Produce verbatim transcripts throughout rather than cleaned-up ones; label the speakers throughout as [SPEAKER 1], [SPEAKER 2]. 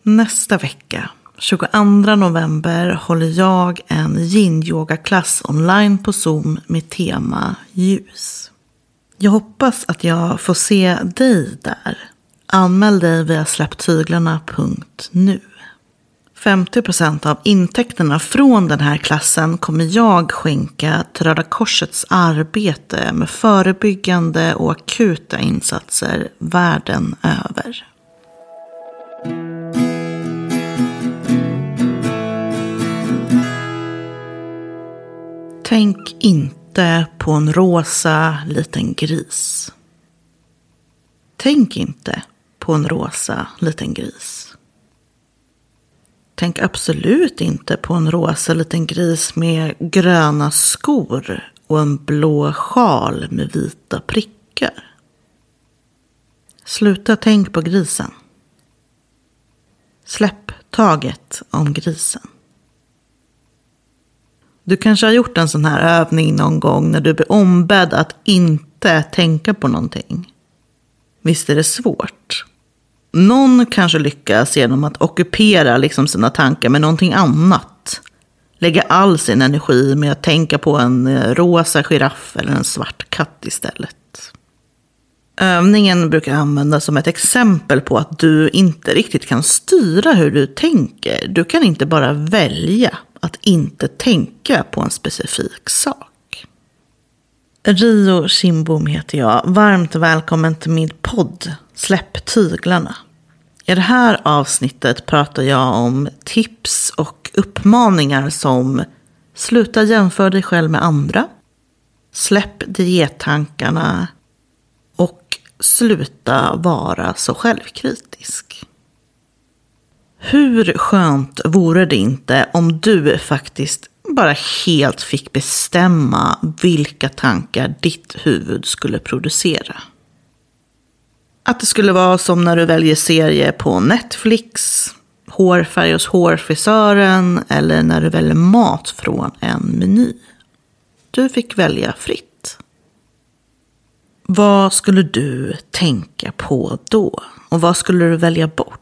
[SPEAKER 1] Nästa vecka, tjugoandra november, håller jag en yin-yoga-klass online på Zoom med tema ljus. Jag hoppas att jag får se dig där. Anmäl dig via släpptyglarna punkt nu. femtio procent av intäkterna från den här klassen kommer jag skänka till Röda Korsets arbete med förebyggande och akuta insatser världen över. Tänk inte på en rosa liten gris. Tänk inte på en rosa liten gris. Tänk absolut inte på en rosa liten gris med gröna skor och en blå sjal med vita prickar. Sluta tänk på grisen. Släpp taget om grisen. Du kanske har gjort en sån här övning någon gång när du blir ombedd att inte tänka på någonting. Visst är det svårt. Någon kanske lyckas genom att ockupera liksom sina tankar med någonting annat. Lägga all sin energi med att tänka på en rosa giraff eller en svart katt istället. Övningen brukar användas som ett exempel på att du inte riktigt kan styra hur du tänker. Du kan inte bara välja att inte tänka på en specifik sak. Rio Kimbom heter jag. Varmt välkommen till min podd Släpp tyglarna. I det här avsnittet pratar jag om tips och uppmaningar som sluta jämföra dig själv med andra, släpp diettankarna och sluta vara så självkritisk. Hur skönt vore det inte om du faktiskt bara helt fick bestämma vilka tankar ditt huvud skulle producera? Att det skulle vara som när du väljer serie på Netflix, hårfärg hos hårfrisören eller när du väljer mat från en meny. Du fick välja fritt. Vad skulle du tänka på då? Och vad skulle du välja bort?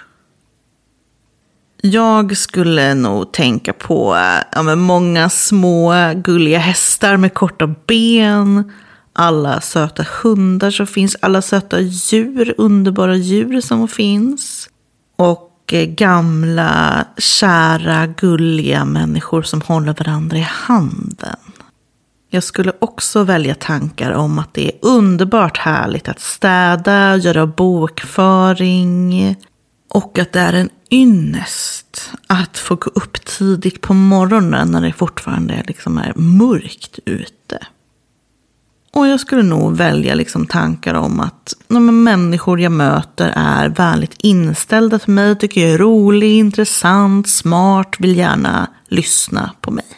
[SPEAKER 1] Jag skulle nog tänka på ja, med många små gulliga hästar med korta ben. Alla söta hundar som finns. Alla söta djur, underbara djur som finns. Och gamla, kära, gulliga människor som håller varandra i handen. Jag skulle också välja tankar om att det är underbart härligt att städa, göra bokföring. Och att det är en ynnest att få gå upp tidigt på morgonen när det fortfarande liksom är mörkt ute. Och jag skulle nog välja liksom tankar om att ja, men människor jag möter är vänligt inställda till mig, tycker jag är rolig, intressant, smart, vill gärna lyssna på mig.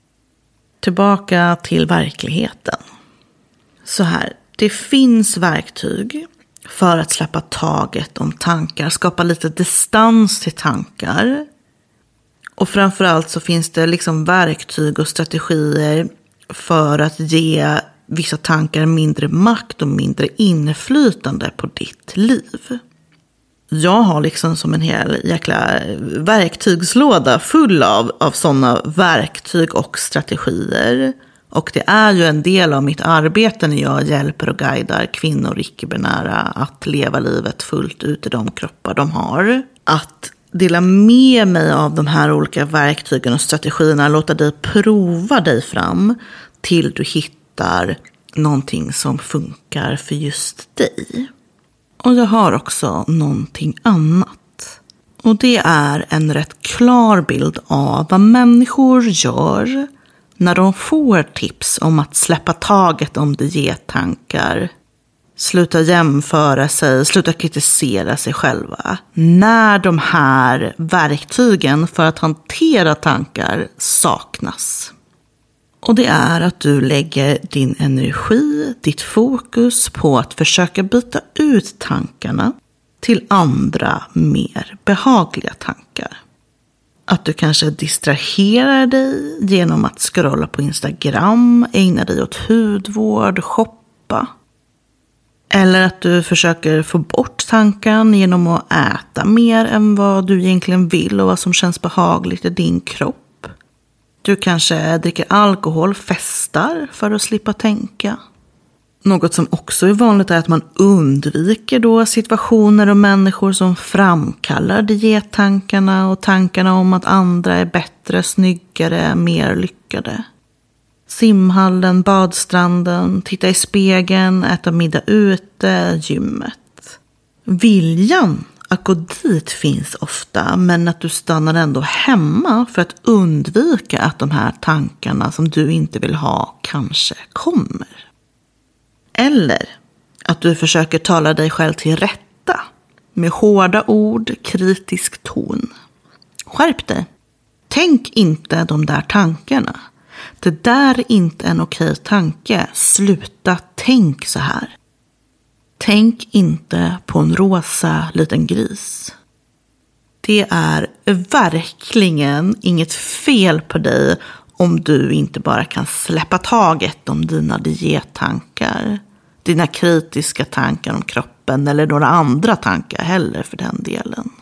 [SPEAKER 1] Tillbaka till verkligheten. Så här, det finns verktyg för att släppa taget om tankar, skapa lite distans till tankar. Och framförallt så finns det liksom verktyg och strategier för att ge vissa tankar mindre makt och mindre inflytande på ditt liv. Jag har liksom som en hel jäkla verktygslåda full av, av sådana verktyg och strategier. Och det är ju en del av mitt arbete när jag hjälper och guidar kvinnor icke-binära att leva livet fullt ut i de kroppar de har. Att dela med mig av de här olika verktygen och strategierna, låta dig prova dig fram till du hittar någonting som funkar för just dig. Och jag har också någonting annat. Och det är en rätt klar bild av vad människor gör när de får tips om att släppa taget om dietankar, sluta jämföra sig, sluta kritisera sig själva. När de här verktygen för att hantera tankar saknas. Och det är att du lägger din energi, ditt fokus på att försöka byta ut tankarna till andra mer behagliga tankar. Att du kanske distraherar dig genom att scrolla på Instagram, ägna dig åt hudvård, shoppa. Eller att du försöker få bort tanken genom att äta mer än vad du egentligen vill och vad som känns behagligt i din kropp. Du kanske dricker alkohol, festar för att slippa tänka. Något som också är vanligt är att man undviker då situationer och människor som framkallar diettankarna och tankarna om att andra är bättre, snyggare, mer lyckade. Simhallen, badstranden, titta i spegeln, äta middag ute, gymmet. Viljan att gå dit finns ofta, men att du stannar ändå hemma för att undvika att de här tankarna som du inte vill ha kanske kommer. Eller att du försöker tala dig själv till rätta med hårda ord, kritisk ton. Skärp dig. Tänk inte de där tankarna. Det där är inte en okej tanke. Sluta tänk så här. Tänk inte på en rosa liten gris. Det är verkligen inget fel på dig om du inte bara kan släppa taget om dina diettankar. Dina kritiska tankar om kroppen eller några andra tankar heller för den delen.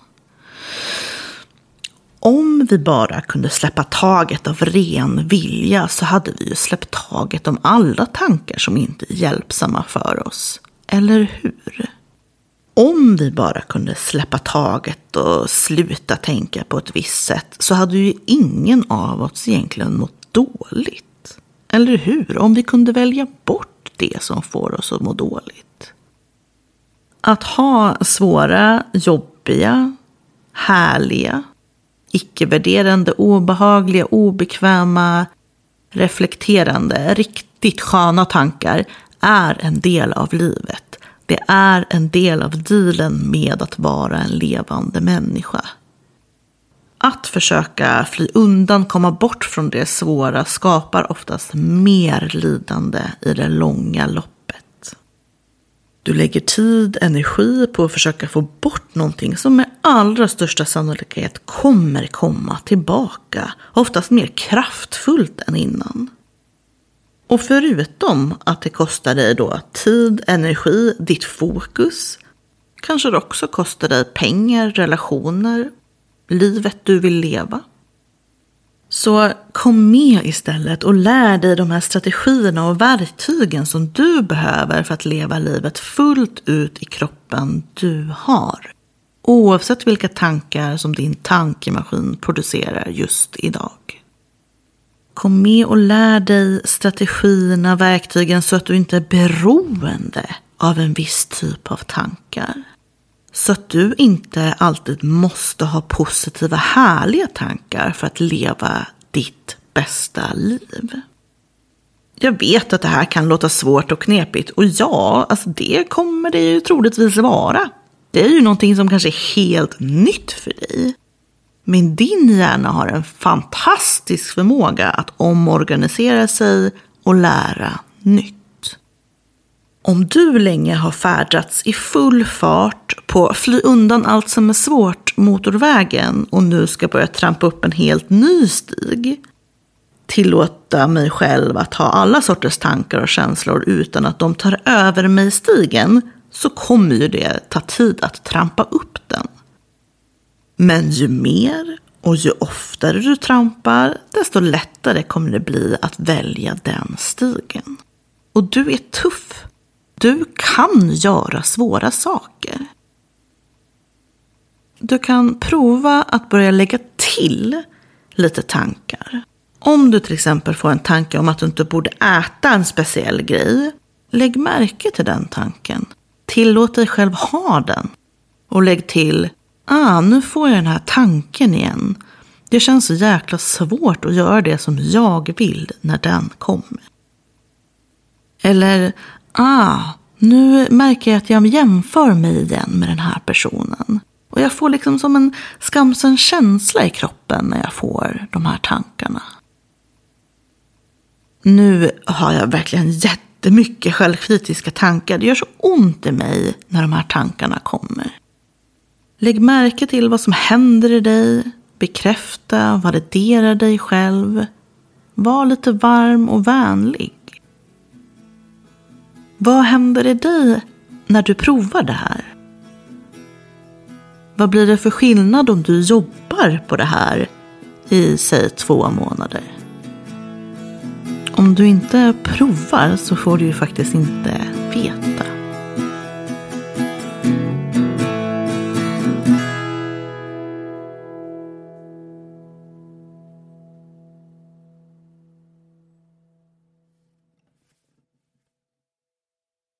[SPEAKER 1] Om vi bara kunde släppa taget av ren vilja så hade vi ju släppt taget om alla tankar som inte är hjälpsamma för oss. Eller hur? Om vi bara kunde släppa taget och sluta tänka på ett visst sätt så hade ju ingen av oss egentligen mått dåligt. Eller hur? Om vi kunde välja bort det som får oss att må dåligt. Att ha svåra, jobbiga, härliga, icke-värderande, obehagliga, obekväma, reflekterande, riktigt sköna tankar är en del av livet. Det är en del av dealen med att vara en levande människa. Att försöka fly undan, komma bort från det svåra skapar oftast mer lidande i det långa loppet. Du lägger tid, energi på att försöka få bort någonting som med allra största sannolikhet kommer komma tillbaka. Oftast mer kraftfullt än innan. Och förutom att det kostar dig då tid, energi, ditt fokus, kanske det också kostar dig pengar, relationer, livet du vill leva. Så kom med istället och lär dig de här strategierna och verktygen som du behöver för att leva livet fullt ut i kroppen du har. Oavsett vilka tankar som din tankemaskin producerar just idag. Kom med och lär dig strategierna, verktygen så att du inte är beroende av en viss typ av tankar. Så att du inte alltid måste ha positiva, härliga tankar för att leva ditt bästa liv. Jag vet att det här kan låta svårt och knepigt. Och ja, alltså det kommer det ju troligtvis vara. Det är ju någonting som kanske är helt nytt för dig. Men din hjärna har en fantastisk förmåga att omorganisera sig och lära nytt. Om du länge har färdats i full fart på fly undan allt som är svårt motorvägen och nu ska börja trampa upp en helt ny stig, tillåta mig själv att ha alla sorters tankar och känslor utan att de tar över mig stigen, så kommer ju det ta tid att trampa upp den. Men ju mer och ju oftare du trampar, desto lättare kommer det bli att välja den stigen. Och du är tuff. Du kan göra svåra saker. Du kan prova att börja lägga till lite tankar. Om du till exempel får en tanke om att du inte borde äta en speciell grej, lägg märke till den tanken. Tillåt dig själv ha den. Och lägg till, ah, nu får jag den här tanken igen. Det känns så jäkla svårt att göra det som jag vill när den kommer. Eller, ah, nu märker jag att jag jämför mig igen med den här personen. Och jag får liksom som en skamsen känsla i kroppen när jag får de här tankarna. Nu har jag verkligen jättemycket självkritiska tankar. Det gör så ont i mig när de här tankarna kommer. Lägg märke till vad som händer i dig. Bekräfta, validera dig själv. Var lite varm och vänlig. Vad händer i dig när du provar det här? Vad blir det för skillnad om du jobbar på det här i, säg, två månader? Om du inte provar så får du ju faktiskt inte veta.